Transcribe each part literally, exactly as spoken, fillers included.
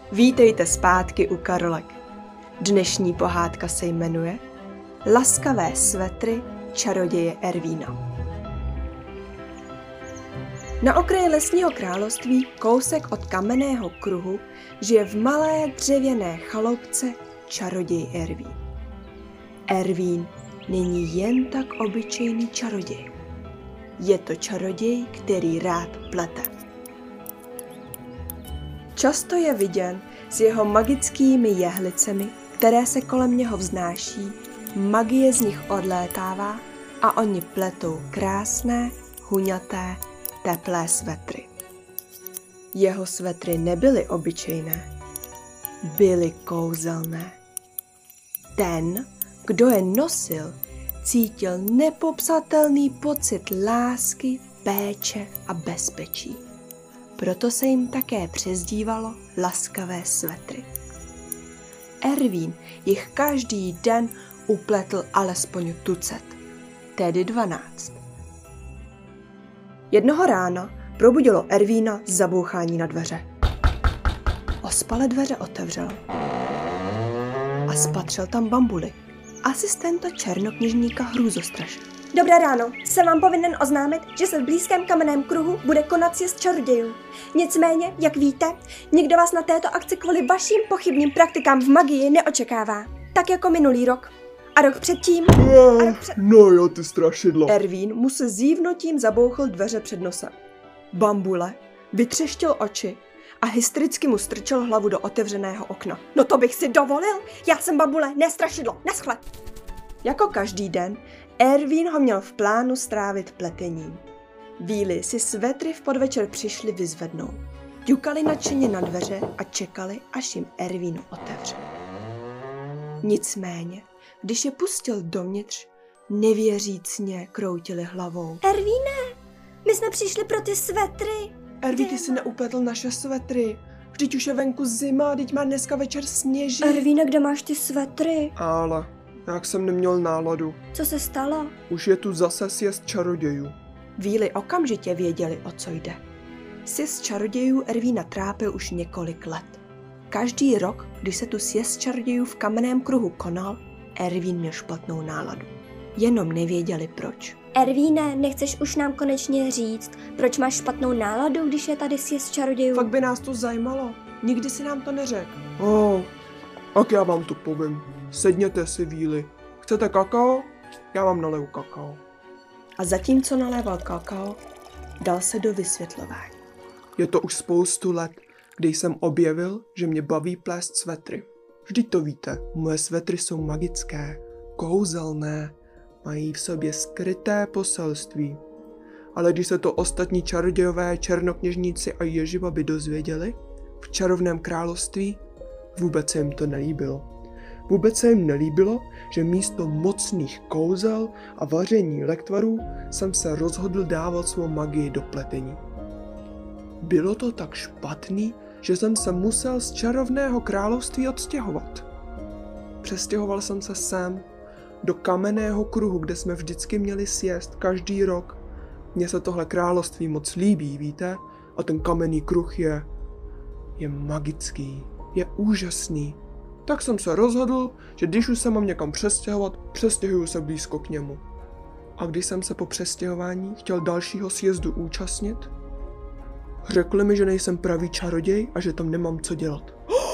Vítejte zpátky u Karolek. Dnešní pohádka se jmenuje Laskavé svetry čaroděje Ervína. Na okraji lesního království, kousek od kamenného kruhu, žije v malé dřevěné chaloupce čaroděj Ervín. Ervín není jen tak obyčejný čaroděj. Je to čaroděj, který rád plete. Často je viděn s jeho magickými jehlicemi, které se kolem něho vznáší, magie z nich odlétává a oni pletou krásné, huňaté, teplé svetry. Jeho svetry nebyly obyčejné, byly kouzelné. Ten, kdo je nosil, cítil nepopsatelný pocit lásky, péče a bezpečí. Proto se jim také přezdívalo laskavé svetry. Ervín jich každý den upletl alespoň tucet, tedy dvanáct. Jednoho rána probudilo Ervína zabouchání na dveře. Ospale dveře otevřel a spatřil tam Bambuli, asistenta černokněžníka Hrůzostraše. Dobré ráno, jsem vám povinen oznámit, že se v blízkém kamenném kruhu bude konat sjezd čarodějů. Nicméně, jak víte, nikdo vás na této akci kvůli vašim pochybným praktikám v magii neočekává. Tak jako minulý rok. A rok předtím... No, a rok před... no jo, ty strašidlo. Ervín mu se zívnutím zabouchl dveře před nosem. Bambule vytřeštil oči a hystericky mu strčil hlavu do otevřeného okna. No to bych si dovolil, já jsem Bambule, ne strašidlo, naschle. Jako každý den, Ervín ho měl v plánu strávit pletením. Víly si svetry v podvečer přišli vyzvednout. Ťukali nadšeně na dveře a čekali, až jim Ervínu otevře. Nicméně, když je pustil dovnitř, nevěřícně kroutili hlavou. Ervíne, my jsme přišli pro ty svetry. Erví, ty si neupletl naše svetry. Vždyť už je venku zima, vždyť má dneska večer sněží. Ervíne, kde máš ty svetry? Ale, jak jsem neměl náladu. Co se stalo? Už je tu zase sjezd čarodějů. Víly okamžitě věděli, o co jde. Sjezd čarodějů Ervína trápil už několik let. Každý rok, když se tu sjezd čarodějů v kamenném kruhu konal, Ervín měl špatnou náladu. Jenom nevěděli proč. Ervíne, nechceš už nám konečně říct, proč máš špatnou náladu, když je tady sjezd čarodějů? Fakt by nás to zajímalo. Nikdy si nám to neřekl. Oh, tak já vám to povím. Sedněte si, Víly. Chcete kakao? Já vám naleju kakao. A zatímco naléval kakao, dal se do vysvětlování. Je to už spoustu let, kdy jsem objevil, že mě baví plést svetry. Vždyť to víte, moje svetry jsou magické, kouzelné, mají v sobě skryté poselství. Ale když se to ostatní čarodějové, černokněžníci a ježibaby dozvěděli, v čarovném království, vůbec se jim to nelíbilo. Vůbec se jim nelíbilo, že místo mocných kouzel a vaření lektvarů jsem se rozhodl dávat svou magii do pletení. Bylo to tak špatný, že jsem se musel z čarovného království odstěhovat. Přestěhoval jsem se sem, do kamenného kruhu, kde jsme vždycky měli sjezd každý rok. Mně se tohle království moc líbí, víte? A ten kamenný kruh je... je magický, je úžasný. Tak jsem se rozhodl, že když už se mám někam přestěhovat, přestěhuju se blízko k němu. A když jsem se po přestěhování chtěl dalšího sjezdu účastnit, řekli mi, že nejsem pravý čaroděj a že tam nemám co dělat.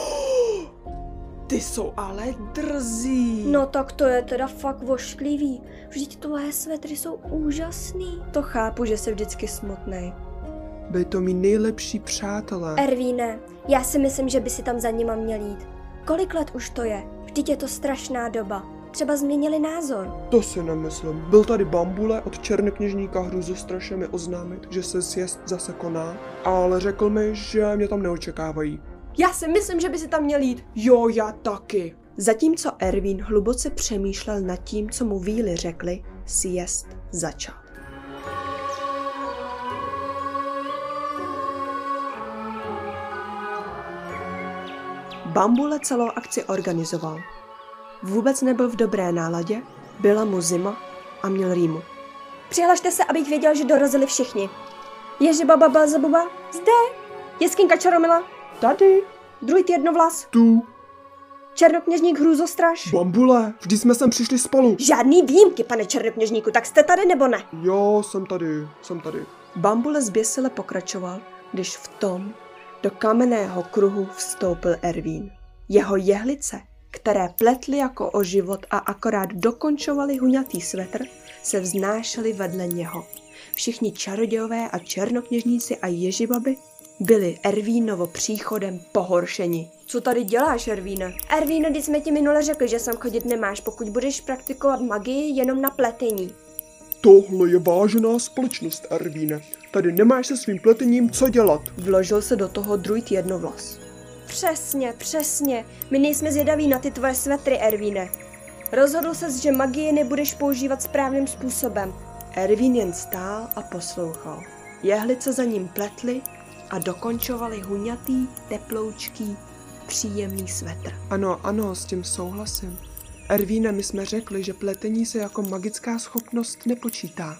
Ty jsou ale drzí. No tak to je teda fakt vošklivý. Vždyť tvoje svetry jsou úžasný. To chápu, že jsi vždycky smutnej. Byli to mý nejlepší přátelé. Ervíne, já si myslím, že by si tam za nima měl jít. Kolik let už to je? Vždyť je to strašná doba. Třeba změnili názor. To si nemyslím. Byl tady Bambule od černokněžníka Hrůzostraše mi oznámit, že se sjezd zase koná, ale řekl mi, že mě tam neočekávají. Já si myslím, že by si tam měl jít. Jo, já taky. Zatímco Ervín hluboce přemýšlel nad tím, co mu Víly řekli, sjezd začal. Bambule celou akci organizoval. Vůbec nebyl v dobré náladě, byla mu zima a měl rýmu. Přihlašte se, abych věděl, že dorazili všichni. Ježibaba Belzebuba, zde. Jeskyňka Čaromila, tady. druid jednovlas, Tu. černokněžník hrůzostraž. Bambule, vždy jsme sem přišli spolu. Žádný výjimky, pane černokněžníku, tak jste tady nebo ne? Jo, jsem tady, jsem tady. Bambule zběsile pokračoval, když v tom do kamenného kruhu vstoupil Ervín. Jeho jehlice, které pletly jako o život a akorát dokončovaly huňatý svetr, se vznášely vedle něho. Všichni čarodějové a černokněžníci a ježibaby byli Ervínovo příchodem pohoršeni. Co tady děláš, Ervíne? Ervíno, když jsme ti minule řekli, že sem chodit nemáš, pokud budeš praktikovat magii jenom na pletení. Tohle je vážená společnost, Ervíne. Tady nemáš se svým pletením co dělat. Vložil se do toho druid jednovlas. Přesně, přesně. My nejsme zvědaví na ty tvoje svetry, Ervíne. Rozhodl ses, že magii nebudeš používat správným způsobem. Ervín jen stál a poslouchal. Jehlice za ním pletly a dokončovaly huňatý, teploučký, příjemný svetr. Ano, ano, s tím souhlasím. Ervíne, my jsme řekli, že pletení se jako magická schopnost nepočítá.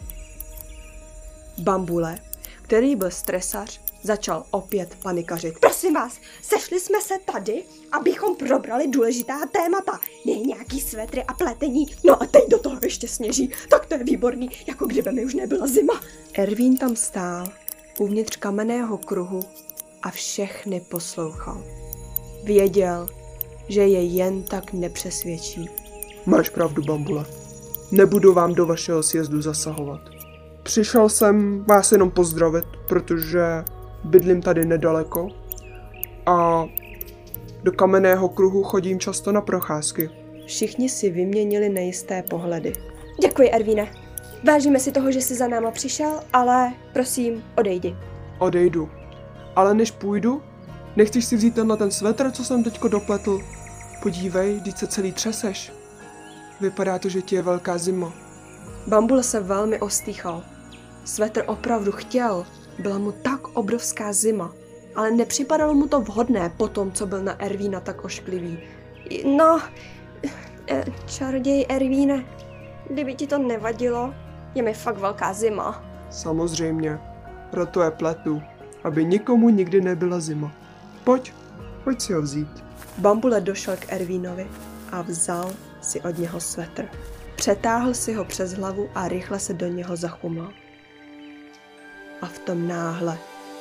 Bambule, který byl stresař, začal opět panikařit. Prosím vás, sešli jsme se tady, abychom probrali důležitá témata. Ne nějaký svetry a pletení. No a teď do toho ještě sněží. Tak to je výborný, jako kdyby mi už nebyla zima. Ervín tam stál, uvnitř kamenného kruhu a všechny poslouchal. Věděl, že je jen tak nepřesvědčí. Máš pravdu, Bambule. Nebudu vám do vašeho sjezdu zasahovat. Přišel jsem vás jenom pozdravit, protože bydlím tady nedaleko a do kamenného kruhu chodím často na procházky. Všichni si vyměnili nejisté pohledy. Děkuji, Ervíne. Vážíme si toho, že jsi za náma přišel, ale prosím, odejdi. Odejdu. Ale než půjdu, nechceš si vzít tenhle ten svetr, co jsem teďko dopletl? Podívej, vždyť se celý třeseš. Vypadá to, že ti je velká zima. Bambule se velmi ostýchal. Svetr opravdu chtěl, byla mu tak obrovská zima, ale nepřipadalo mu to vhodné po tom, co byl na Ervína tak ošklivý. No, čaroděj Ervíne, kdyby ti to nevadilo, je mi fakt velká zima. Samozřejmě, proto je pletu, aby nikomu nikdy nebyla zima. Pojď, pojď si ho vzít. Bambule došel k Ervínovi a vzal si od něho svetr. Přetáhl si ho přes hlavu a rychle se do něho zachumlal. A v tom náhle.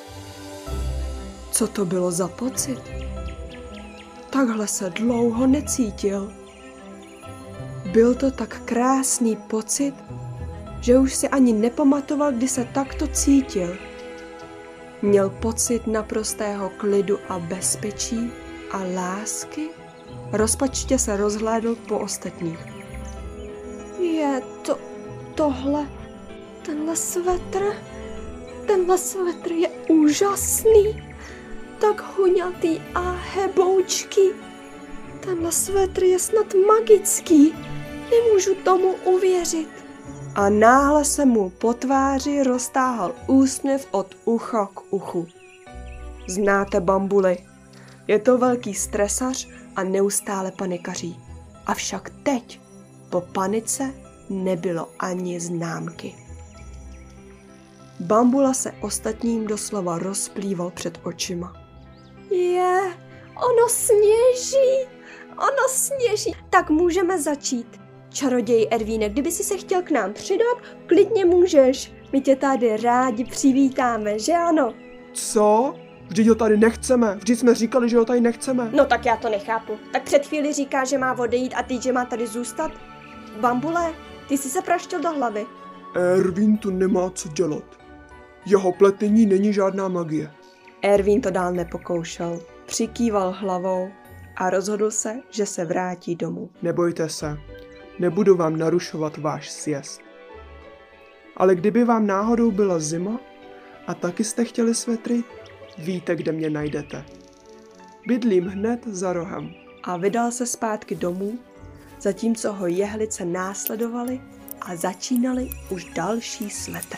Co to bylo za pocit? Takhle se dlouho necítil. Byl to tak krásný pocit, že už si ani nepamatoval, kdy se takto cítil. Měl pocit naprostého klidu a bezpečí a lásky. Rozpačitě se rozhlédl po ostatních. Je to tohle, tenhle svetr, tenhle svetr je úžasný, tak huňatý a heboučký. Tenhle svetr je snad magický, nemůžu tomu uvěřit. A náhle se mu po tváři roztáhl úsměv od ucha k uchu. Znáte Bambuli? Je to velký stresař a neustále panikaří. Avšak teď po panice nebylo ani známky. Bambula se ostatním doslova rozplýval před očima. Je, ono sněží, ono sněží. Tak můžeme začít. Čaroděj Ervíne, kdyby si se chtěl k nám přidat, klidně můžeš. My tě tady rádi přivítáme, že ano? Co? Vždyť ho tady nechceme. Vždyť jsme říkali, že ho tady nechceme. No tak já to nechápu. Tak před chvíli říká, že má odejít a teď, že má tady zůstat? Bambule, ty jsi se praštil do hlavy. Ervín tu nemá co dělat. Jeho pletení není žádná magie. Ervín to dál nepokoušel. Přikýval hlavou a rozhodl se, že se vrátí domů. Nebojte se. Nebudu vám narušovat váš sjezd. Ale kdyby vám náhodou byla zima a taky jste chtěli svetry, víte, kde mě najdete. Bydlím hned za rohem. A vydal se zpátky domů, zatímco ho jehlice následovaly a začínaly už další svetr.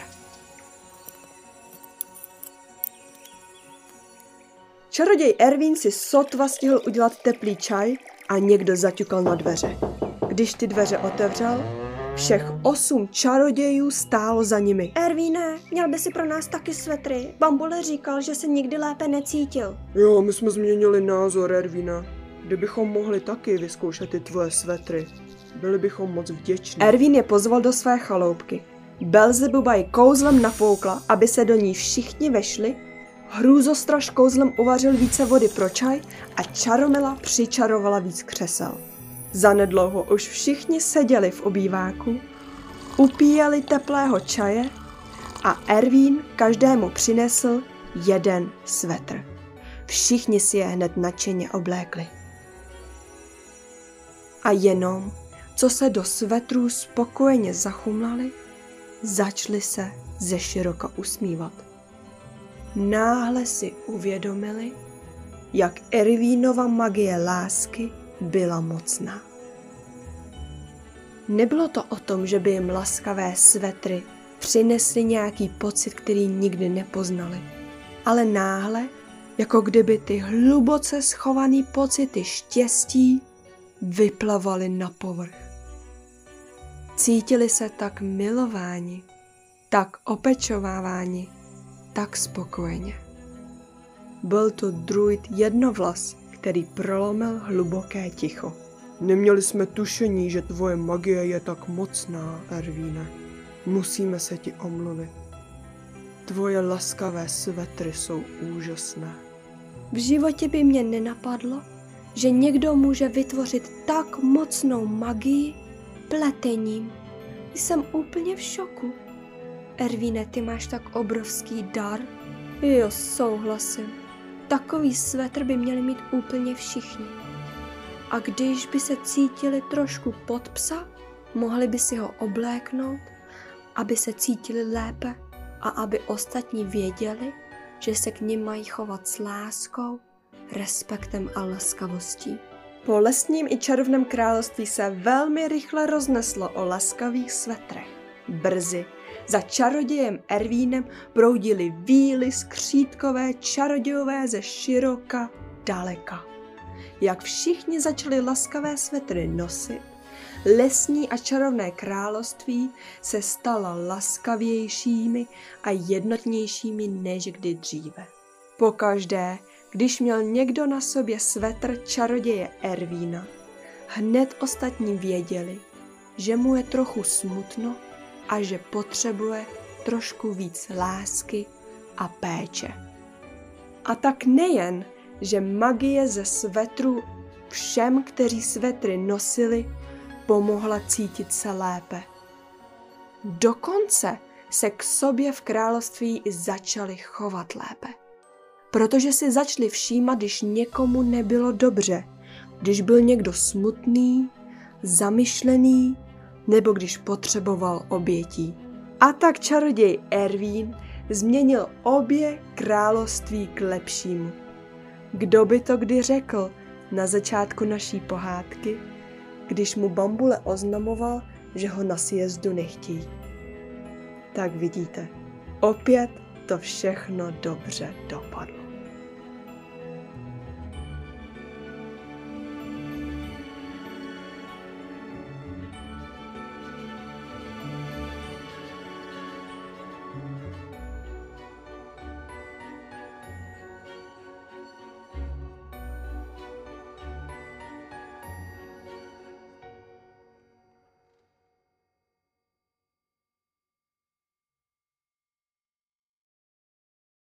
Čaroděj Ervín si sotva stihl udělat teplý čaj a někdo zaťukal na dveře. Když ty dveře otevřel, Všech osm čarodějů stálo za nimi. Ervíne, měl by si pro nás taky svetry. Bambule říkal, že se nikdy lépe necítil. Jo, my jsme změnili názor, Ervína. Kdybychom mohli taky vyzkoušet ty tvoje svetry, byli bychom moc vděční. Ervín je pozval do své chaloupky. Belzebuba ji kouzlem nafoukla, aby se do ní všichni vešli. Hrůzostraž kouzlem uvařil více vody pro čaj a Čaromila přičarovala víc křesel. Zanedlouho už všichni seděli v obýváku, upíjeli teplého čaje a Ervín každému přinesl jeden svetr. Všichni si je hned nadšeně oblékli. A jenom, co se do svetrů spokojeně zachumlali, začali se ze široka usmívat. Náhle si uvědomili, jak Ervínova magie lásky byla mocná. Nebylo to o tom, že by jim laskavé svetry přinesly nějaký pocit, který nikdy nepoznali, ale náhle, jako kdyby ty hluboce schované pocity štěstí vyplavaly na povrch. Cítili se tak milováni, tak opečováváni, tak spokojeně. Byl to druid Jednovlas, který prolomil hluboké ticho. Neměli jsme tušení, že tvoje magie je tak mocná, Ervíne. Musíme se ti omluvit. Tvoje laskavé svetry jsou úžasné. V životě by mě nenapadlo, že někdo může vytvořit tak mocnou magii pletením. Jsem úplně v šoku. Ervíne, ty máš tak obrovský dar. Jo, souhlasím. Takový svetr by měli mít úplně všichni. A když by se cítili trošku pod psa, mohli by si ho obléknout, aby se cítili lépe a aby ostatní věděli, že se k nim mají chovat s láskou, respektem a laskavostí. Po lesním i čarovném království se velmi rychle rozneslo o laskavých svetrech. Brzy za čarodějem Ervínem proudili víly skřítkové čarodějové ze široka daleka. Jak všichni začali laskavé svetry nosit, lesní a čarovné království se stala laskavějšími a jednotnějšími než kdy dříve. Pokaždé, když měl někdo na sobě svetr čaroděje Ervína, hned ostatní věděli, že mu je trochu smutno a že potřebuje trošku víc lásky a péče. A tak nejen, že magie ze svetru všem, kteří svetry nosili, pomohla cítit se lépe. Dokonce se k sobě v království i začali chovat lépe. Protože si začali všímat, když někomu nebylo dobře, když byl někdo smutný, zamyšlený, nebo když potřeboval obětí. A tak čaroděj Ervín změnil obě království k lepšímu. Kdo by to kdy řekl na začátku naší pohádky, když mu Bambule oznamoval, že ho na sjezdu nechtějí. Tak vidíte, opět to všechno dobře dopadlo.